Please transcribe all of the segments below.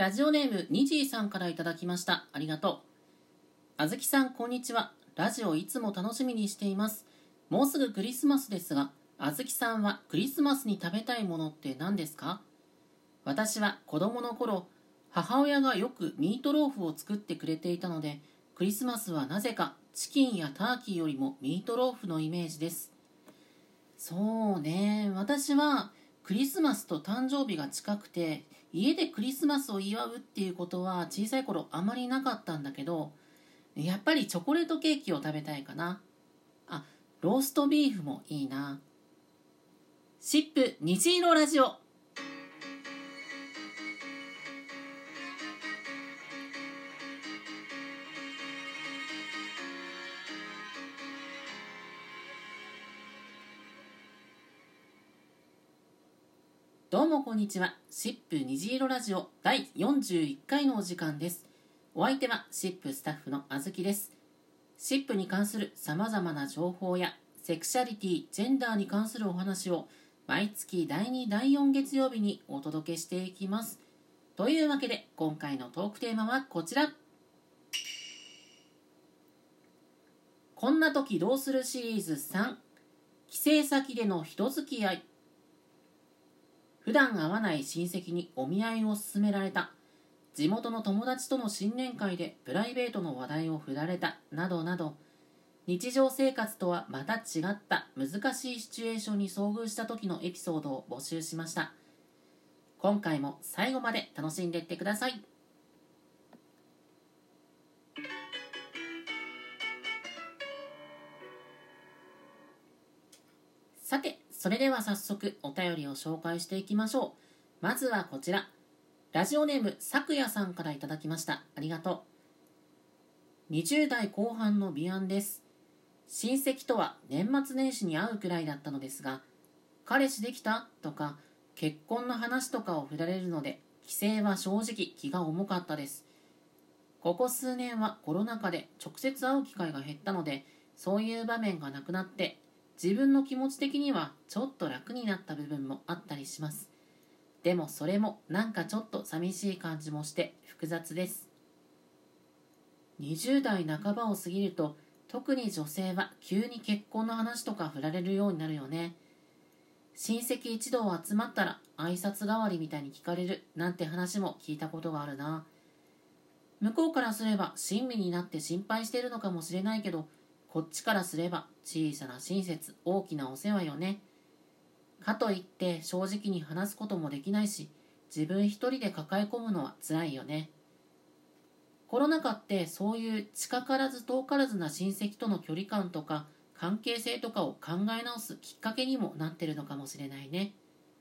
ラジオネームにじーさんからいただきました。ありがとう。あずきさん、こんにちは。ラジオいつも楽しみにしています。もうすぐクリスマスですが、あずきさんはクリスマスに食べたいものって何ですか？私は子供の頃、母親がよくミートローフを作ってくれていたので、クリスマスはなぜかチキンやターキーよりもミートローフのイメージです。そうね、私はクリスマスと誕生日が近くて、家でクリスマスを祝うっていうことは小さい頃あまりなかったんだけど、やっぱりチョコレートケーキを食べたいかな。あ、ローストビーフもいいな。シップ虹色ラジオ。どうもこんにちは。シップ虹色ラジオ第41回のお時間です。お相手はシップスタッフのあずきです。シップに関するさまざまな情報やセクシャリティ、ジェンダーに関するお話を毎月第2、第4月曜日にお届けしていきます。というわけで今回のトークテーマはこちら。こんな時どうするシリーズ3、帰省先での人付き合い。普段会わない親戚にお見合いを勧められた、地元の友達との新年会でプライベートの話題を振られた、などなど、日常生活とはまた違った難しいシチュエーションに遭遇した時のエピソードを募集しました。今回も最後まで楽しんでいってください。さて、それでは早速お便りを紹介していきましょう。まずはこちら。ラジオネームさくやさんからいただきました。ありがとう。20代後半の美安です。親戚とは年末年始に会うくらいだったのですが、彼氏できたとか結婚の話とかを振られるので、帰省は正直気が重かったです。ここ数年はコロナ禍で直接会う機会が減ったので、そういう場面がなくなって、自分の気持ち的にはちょっと楽になった部分もあったりします。でもそれもなんかちょっと寂しい感じもして複雑です。20代半ばを過ぎると、特に女性は急に結婚の話とか振られるようになるよね。親戚一同集まったら挨拶代わりみたいに聞かれるなんて話も聞いたことがあるな。向こうからすれば親身になって心配しているのかもしれないけど、こっちからすれば小さな親切、大きなお世話よね。かといって正直に話すこともできないし、自分一人で抱え込むのは辛いよね。コロナ禍ってそういう近からず遠からずな親戚との距離感とか関係性とかを考え直すきっかけにもなってるのかもしれないね。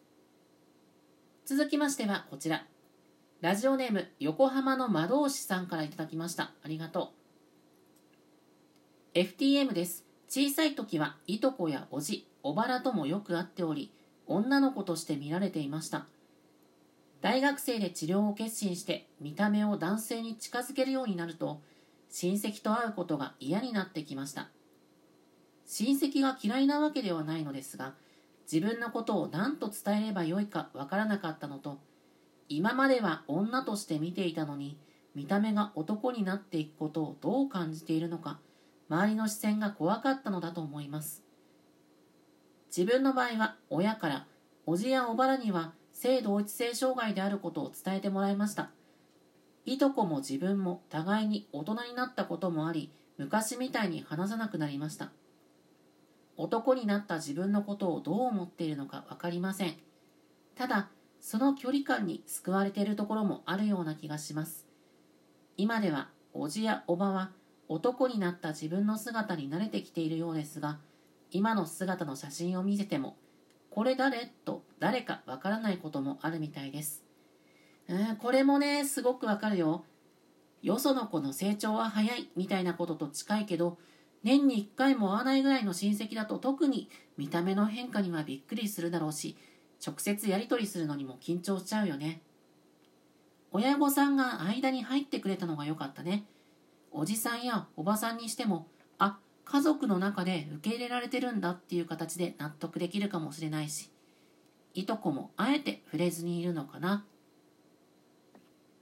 続きましてはこちら。ラジオネーム横浜の魔導士さんからいただきました。ありがとう。FTM です。小さい時はいとこやおじ、おばらともよく会っており、女の子として見られていました。大学生で治療を決心して見た目を男性に近づけるようになると、親戚と会うことが嫌になってきました。親戚が嫌いなわけではないのですが、自分のことを何と伝えればよいかわからなかったのと、今までは女として見ていたのに、見た目が男になっていくことをどう感じているのか、周りの視線が怖かったのだと思います。自分の場合は親からおじやおばらには性同一性障害であることを伝えてもらいました。いとこも自分も互いに大人になったこともあり、昔みたいに話さなくなりました。男になった自分のことをどう思っているのか分かりません。ただ、その距離感に救われているところもあるような気がします。今ではおじやおばは男になった自分の姿に慣れてきているようですが、今の姿の写真を見せても、これ誰と誰かわからないこともあるみたいです。これもね、すごくわかるよ。よその子の成長は早いみたいなことと近いけど、年に1回も会わないぐらいの親戚だと特に見た目の変化にはびっくりするだろうし、直接やり取りするのにも緊張しちゃうよね。親御さんが間に入ってくれたのが良かったね。おじさんやおばさんにしても、家族の中で受け入れられてるんだっていう形で納得できるかもしれないし、いとこもあえて触れずにいるのかな。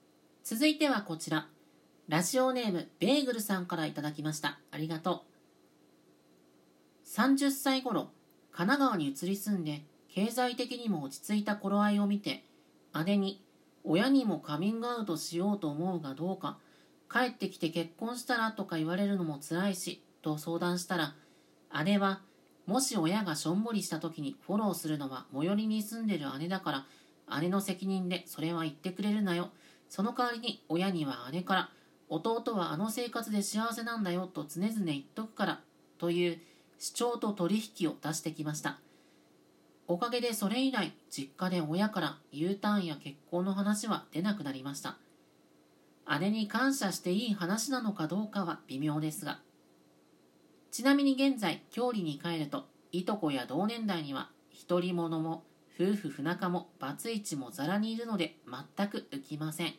続いてはこちら。ラジオネームベーグルさんからいただきました。ありがとう。30歳頃、神奈川に移り住んで、経済的にも落ち着いた頃合いを見て、姉に、親にもカミングアウトしようと思うがどうか、帰ってきて結婚したらとか言われるのも辛いし、と相談したら、姉は、もし親がしょんぼりした時にフォローするのは最寄りに住んでる姉だから、姉の責任でそれは言ってくれるなよ。その代わりに親には姉から、弟はあの生活で幸せなんだよと常々言っとくから、という主張と取引を出してきました。おかげでそれ以来、実家で親から U ターンや結婚の話は出なくなりました。姉に感謝していい話なのかどうかは微妙ですが。ちなみに現在、郷里に帰ると、いとこや同年代には、独り者も、夫婦不仲も、バツイチもざらにいるので、全く浮きません。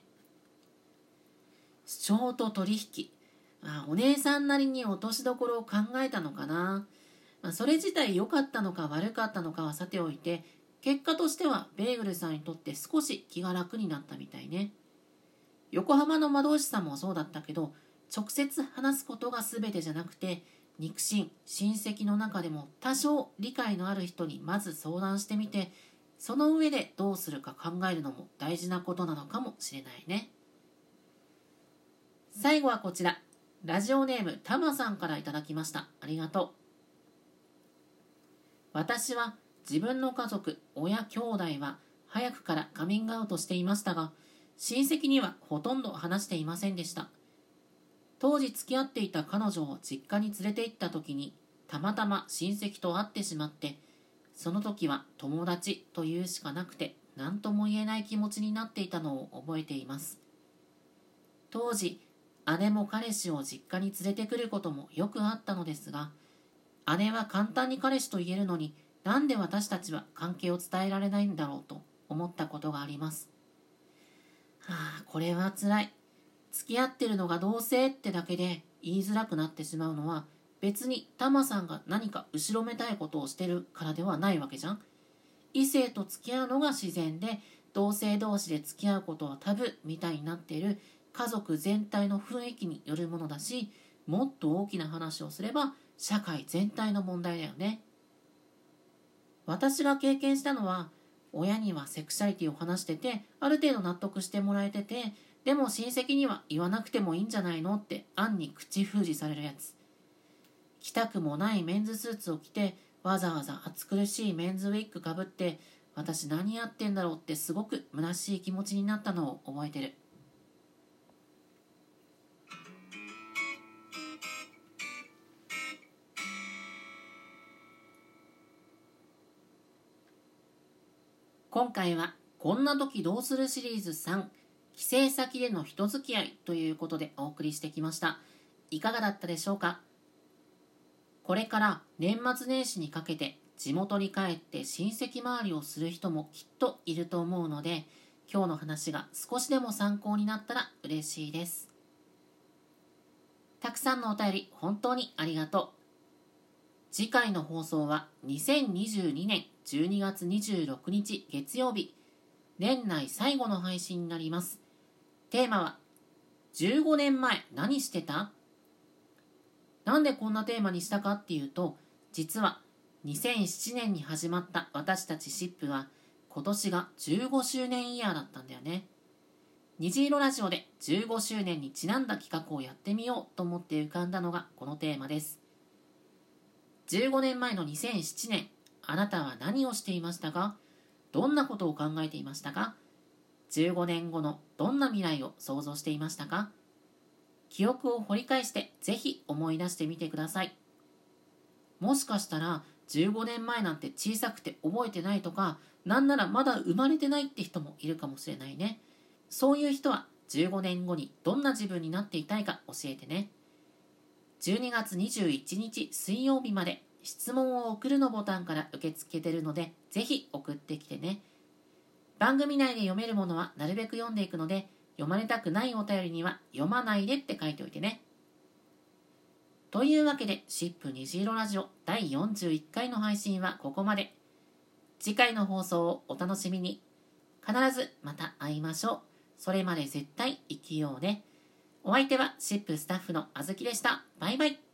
主張と取引。お姉さんなりに落としどころを考えたのかな。それ自体良かったのか悪かったのかはさておいて、結果としてはベーグルさんにとって少し気が楽になったみたいね。横浜の魔導士さんもそうだったけど、直接話すことが全てじゃなくて、肉親、親戚の中でも多少理解のある人にまず相談してみて、その上でどうするか考えるのも大事なことなのかもしれないね。最後はこちら。ラジオネームたまさんからいただきました。ありがとう。私は自分の家族、親兄弟は早くからカミングアウトしていましたが、親戚にはほとんど話していませんでした。当時付き合っていた彼女を実家に連れて行った時に、たまたま親戚と会ってしまって、その時は友達というしかなくて、何とも言えない気持ちになっていたのを覚えています。当時、姉も彼氏を実家に連れてくることもよくあったのですが、姉は簡単に彼氏と言えるのに、なんで私たちは関係を伝えられないんだろうと思ったことがあります。これは辛い。付き合ってるのが同性ってだけで言いづらくなってしまうのは、別にタマさんが何か後ろめたいことをしてるからではないわけじゃん。異性と付き合うのが自然で、同性同士で付き合うことはタブみたいになっている家族全体の雰囲気によるものだし、もっと大きな話をすれば社会全体の問題だよね。私が経験したのは、親にはセクシャリティを話してて、ある程度納得してもらえてて、でも親戚には言わなくてもいいんじゃないのって暗に口封じされるやつ。着たくもないメンズスーツを着て、わざわざ暑苦しいメンズウィッグかぶって、私何やってんだろうってすごく虚しい気持ちになったのを覚えてる。今回はこんな時どうするシリーズ3、帰省先での人付き合いということでお送りしてきました。いかがだったでしょうか。これから年末年始にかけて地元に帰って親戚回りをする人もきっといると思うので、今日の話が少しでも参考になったら嬉しいです。たくさんのお便り本当にありがとう。次回の放送は2022年12月26日月曜日、年内最後の配信になります。テーマは15年前何してた？なんでこんなテーマにしたかっていうと、実は2007年に始まった私たちシップは今年が15周年イヤーだったんだよね。虹色ラジオで15周年にちなんだ企画をやってみようと思って浮かんだのがこのテーマです。15年前の2007年、あなたは何をしていましたか？どんなことを考えていましたか？15年後のどんな未来を想像していましたか？記憶を掘り返してぜひ思い出してみてください。もしかしたら15年前なんて小さくて覚えてないとか、なんならまだ生まれてないって人もいるかもしれないね。そういう人は15年後にどんな自分になっていたいか教えてね。12月21日水曜日まで質問を送るのボタンから受け付けてるので、ぜひ送ってきてね。番組内で読めるものはなるべく読んでいくので、読まれたくないお便りには読まないでって書いておいてね。というわけで、シップ虹色ラジオ第41回の配信はここまで。次回の放送をお楽しみに。必ずまた会いましょう。 それまで絶対生きようね。お相手はシップスタッフのあずきでした。バイバイ。